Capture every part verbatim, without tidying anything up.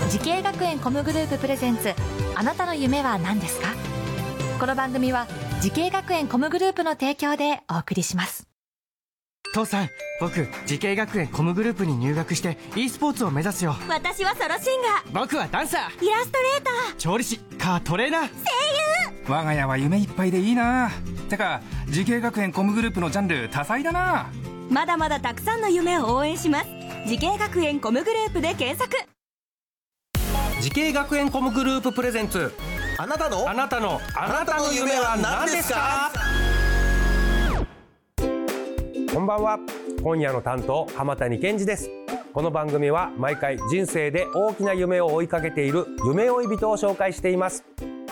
時系学園コムグループプレゼンツ、あなたの夢は何ですか？この番組は時系学園コムグループの提供でお送りします。 父さん、僕時系学園コムグループに入学して e スポーツを目指すよ。 私はソロシンガー、 僕はダンサー、 イラストレーター、 調理師、カートレーナー、声優。我が家は夢いっぱいでいいな。てか時系学園コムグループのジャンル多彩だな。 まだまだたくさんの夢を応援します。時系学園コムグループで検索。 時系学園コムグループプレゼンツ、 あなたのあなたのあなたの夢は何ですか？こんばんは。今夜の担当、浜谷健二です。この番組は毎回人生で大きな夢を追いかけている夢追い人を紹介しています。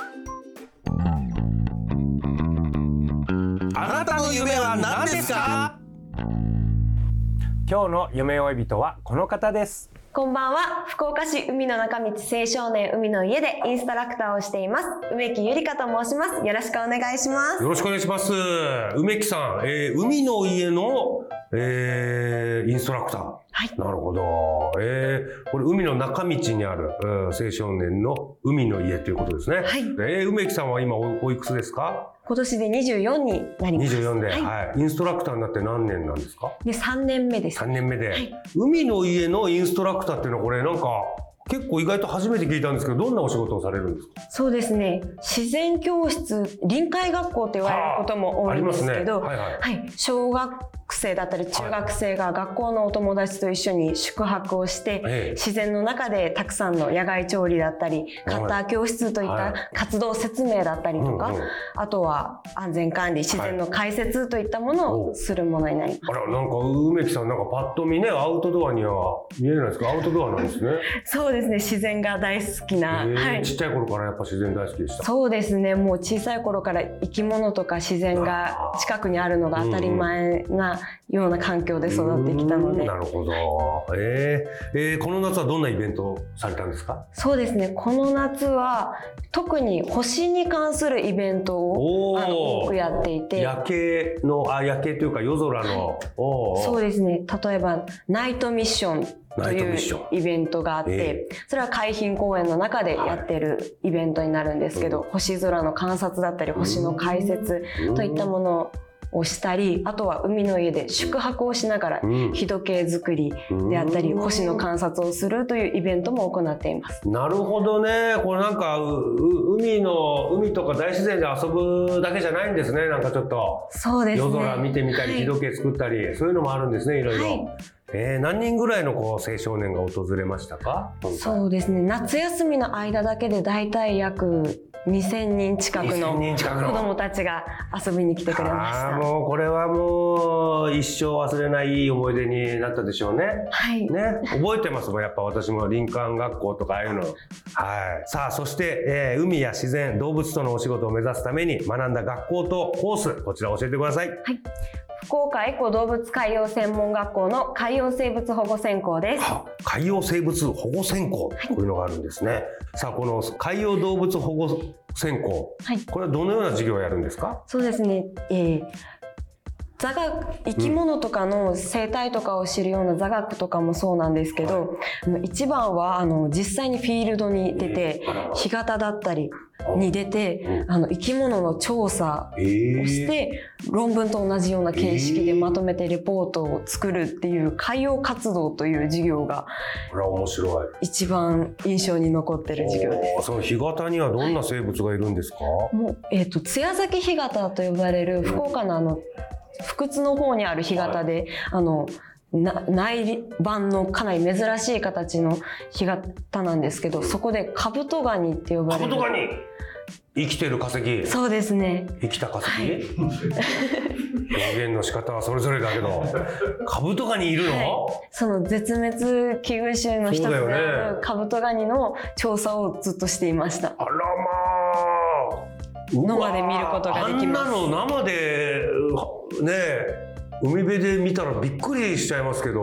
あなたの夢は何ですか？今日の夢追い人はこの方です。 こんばんは。福岡市海の中道青少年海の家でインストラクターをしています梅木ゆりかと申します。よろしくお願いします。 よろしくお願いします。梅木さん、えー、海の家の、えー、インストラクター。はい。なるほど。えー、これ海の中道にある、うん、青少年の海の家ということですね。はい。えー、梅木さんは今 お, おいくつですか？ 今年でにじゅうよんになります。にじゅうよんで、 はい、はい。インストラクターになって何年なんですか？ で、さんねんめです。 さんねんめで、はい。海の家のインストラクターっていうのはこれなんか結構意外と初めて聞いたんですけど、どんなお仕事をされるんですか？ そうですね。自然教室、臨海学校と言われることも多いんですけど、はあ、ありますね。はいはい。はい。小学生だったり中学生が学校のお友達と一緒に宿泊をして、はい、自然の中でたくさんの野外調理だったり、カッター教室といった活動説明だったりとか、はい、あとは安全管理、自然の解説といったものをするものになります。 はい、あら、なんか梅木さんなんかパッと見ね、アウトドアには見えないですか？アウトドアなんですね。 そうですね。自然が大好きな、 はい、ちっちゃい頃からやっぱ自然大好きでした？ そうですね。もう小さい頃から生き物とか自然が近くにあるのが当たり前なような環境で育ってきたので。 なるほど。えーえー、この夏はどんなイベントをされたんですか？ そうですね。この夏は特に星に関するイベントをあの多くやっていて、 夜景のあ夜景というか夜空の、はい、おそうですね。例えばナイトミッションというイベントがあって、えー、それは海浜公園の中でやってるイベントになるんですけど、はい、星空の観察だったり星の解説といったものをしたり、あとは海の家で宿泊をしながら日時計作りであったり星の観察をするというイベントも行っています。 なるほどね。これなんか海の海とか大自然で遊ぶだけじゃないんですね。なんかちょっとそうですね。 夜空見てみたり、はい、日時計作ったり、そういうのもあるんですね。いろいろ。はい。えー、何人ぐらいのこう青少年が訪れましたか？ そうですね。夏休みの間だけでだいたい約にせんにん近くの子どもたちが遊びに来てくれました。 あもうこれはもう一生忘れないいい思い出になったでしょうね。 はい。 ね、覚えてますもん。やっぱ私も林間学校とかああいうの。はい。さあそして、えー、海や自然、動物とのお仕事を目指すために学んだ学校とコース、こちら教えてください。はい。 福岡エコ動物海洋専門学校の海洋生物保護専攻です。 海洋生物保護専攻、はい、こういうのがあるんですね。さあこの海洋動物保護専攻、はい、これはどのような授業をやるんですか？ そうですね、えー座学、生き物とかの生態とかを知るような座学とかもそうなんですけど、はい、一番はあの実際にフィールドに出て、えー、干潟だったりに出て、あの生き物の調査をして、えー、論文と同じような形式でまとめてレポートを作るっていう海洋活動という授業がこれは面白い。 一番印象に残ってる授業です。 その干潟にはどんな生物がいるんですか？はい、 もうえっと津屋崎干潟と呼ばれる福岡のあの福津の方にある干潟で、はい、あの内版のかなり珍しい形の干潟なんですけど、そこでカブトガニって呼ばれる。 カブトガニ、生きてる化石。 そうですね。 生きた化石、はい、表現の仕方はそれぞれだけどカブトガニいるの？はい、その絶滅危惧種の一つであるカブトガニの調査をずっとしていました。 あらまあ、 生で見ることができます。 あんなの生でね海辺で見たらびっくりしちゃいますけど、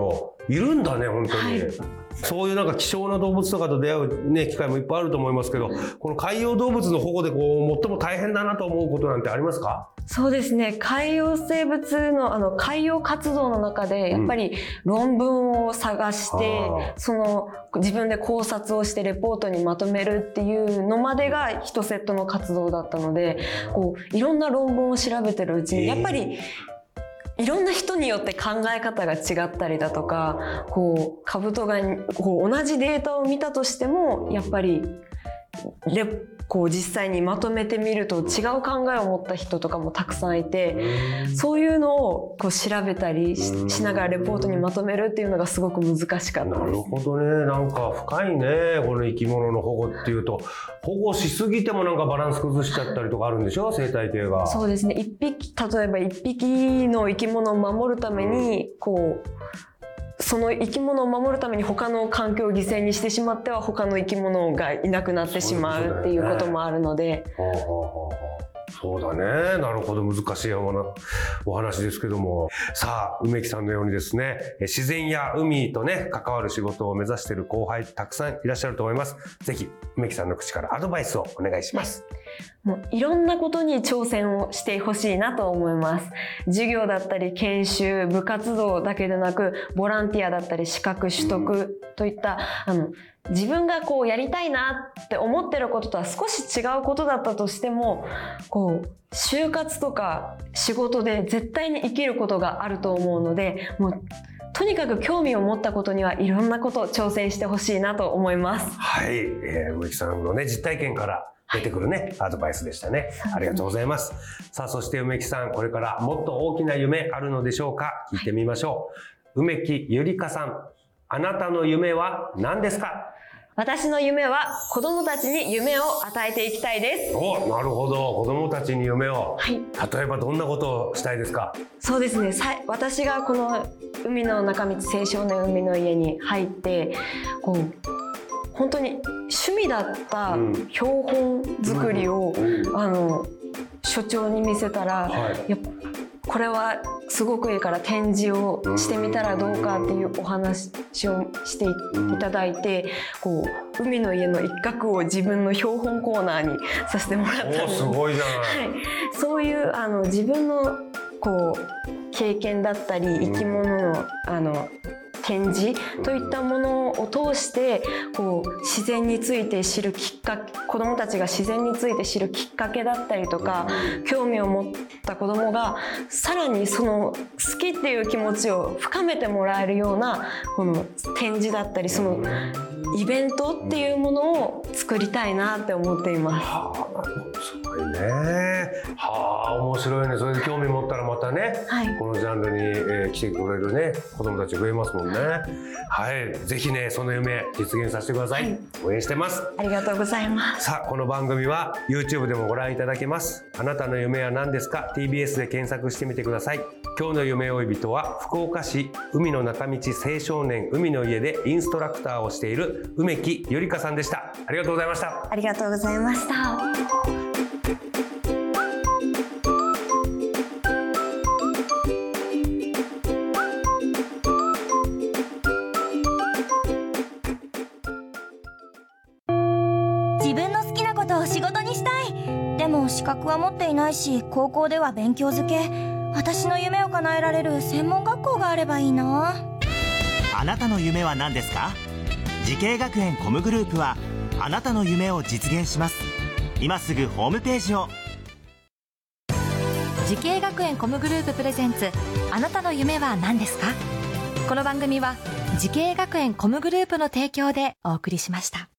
いるんだね、本当に。 はい、 そういうなんか希少な動物とかと出会う、ね、機会もいっぱいあると思いますけど、この海洋動物の保護でこう最も大変だなと思うことなんてありますか？ そうですね、海洋生物のあの海洋活動の中でやっぱり論文を探して、うん、その自分で考察をしてレポートにまとめるっていうのまでが一セットの活動だったので、こういろんな論文を調べてるうちにやっぱり、いろんな人によって考え方が違ったりだとか、こうカブトガニこう同じデータを見たとしてもやっぱりレこう実際にまとめてみると違う考えを持った人とかもたくさんいて、そういうのをこう調べたり し, しながらレポートにまとめるっていうのがすごく難しかったです。 なるほどね。なんか深いね、この生き物の保護っていうと。保護しすぎてもなんかバランス崩しちゃったりとかあるんでしょ、生態系が。 そうですね、一匹例えば一匹の生き物を守るためにこうその生き物を守るために他の環境を犠牲にしてしまっては他の生き物がいなくなってしまうっていうこともあるので。 そうだね。なるほど。難しいお話ですけども。さあ、梅木さんのようにですね、自然や海とね、関わる仕事を目指している後輩たくさんいらっしゃると思います。ぜひ、梅木さんの口からアドバイスをお願いします。 もういろんなことに挑戦をしてほしいなと思います。授業だったり研修、部活動だけでなく、ボランティアだったり資格取得といった、あの、自分がこうやりたいなって思ってることとは少し違うことだったとしても、こう就活とか仕事で絶対に生きることがあると思うので、もうとにかく興味を持ったことにはいろんなことを挑戦してほしいなと思います。 はい、えー、梅木さんのね実体験から出てくるね、はい、アドバイスでしたね。ありがとうございます。さあ、そして梅木さん、これからもっと大きな夢あるのでしょうか？聞いてみましょう。梅木ゆりかさん、あなたの夢は何ですか？ 私の夢は子供たちに夢を与えていきたいです。 お、なるほど。子供たちに夢を。はい。例えばどんなことをしたいですか？ そうですね。さ私がこの海の中道青少年海の家に入って、こう本当に趣味だった標本作りを、うんうん、あの所長に見せたら、はい、やっぱこれはすごくいいから展示をしてみたらどうかっていうお話をしていただいて、こう海の家の一角を自分の標本コーナーにさせてもらったんです。 すごいじゃない。 はい、そういうあの自分のこう経験だったり生き物のあの展示といったものを通してこう自然について知るきっかけ、子どもたちが自然について知るきっかけだったりとか、興味を持った子どもがさらにその好きっていう気持ちを深めてもらえるようなこの展示だったり、そのイベントっていうものを作りたいなって思っています。 はあ、なるほど、すごいね。はあ、面白いね。それで興味持ったらまたね、はい、このジャンルに、えー、来てくれるね子どもたち増えますもんね。はい、ぜひねその夢実現させてください。はい、応援してます。 ありがとうございます。 さあ、この番組は YouTube でもご覧いただけます。あなたの夢は何ですか？ ティービーエス で検索してみてください。今日の夢追い人は福岡市海の中道青少年海の家でインストラクターをしている梅木ゆりかさんでした。ありがとうございました。 ありがとうございました。 自分の好きなことを仕事にしたい。でも資格は持っていないし、高校では勉強づけ。私の夢を叶えられる専門学校があればいいな。 あなたの夢は何ですか？時系学園コムグループはあなたの夢を実現します。今すぐホームページを。 時系学園コムグループプレゼンツ、あなたの夢は何ですか？この番組は時系学園コムグループの提供でお送りしました。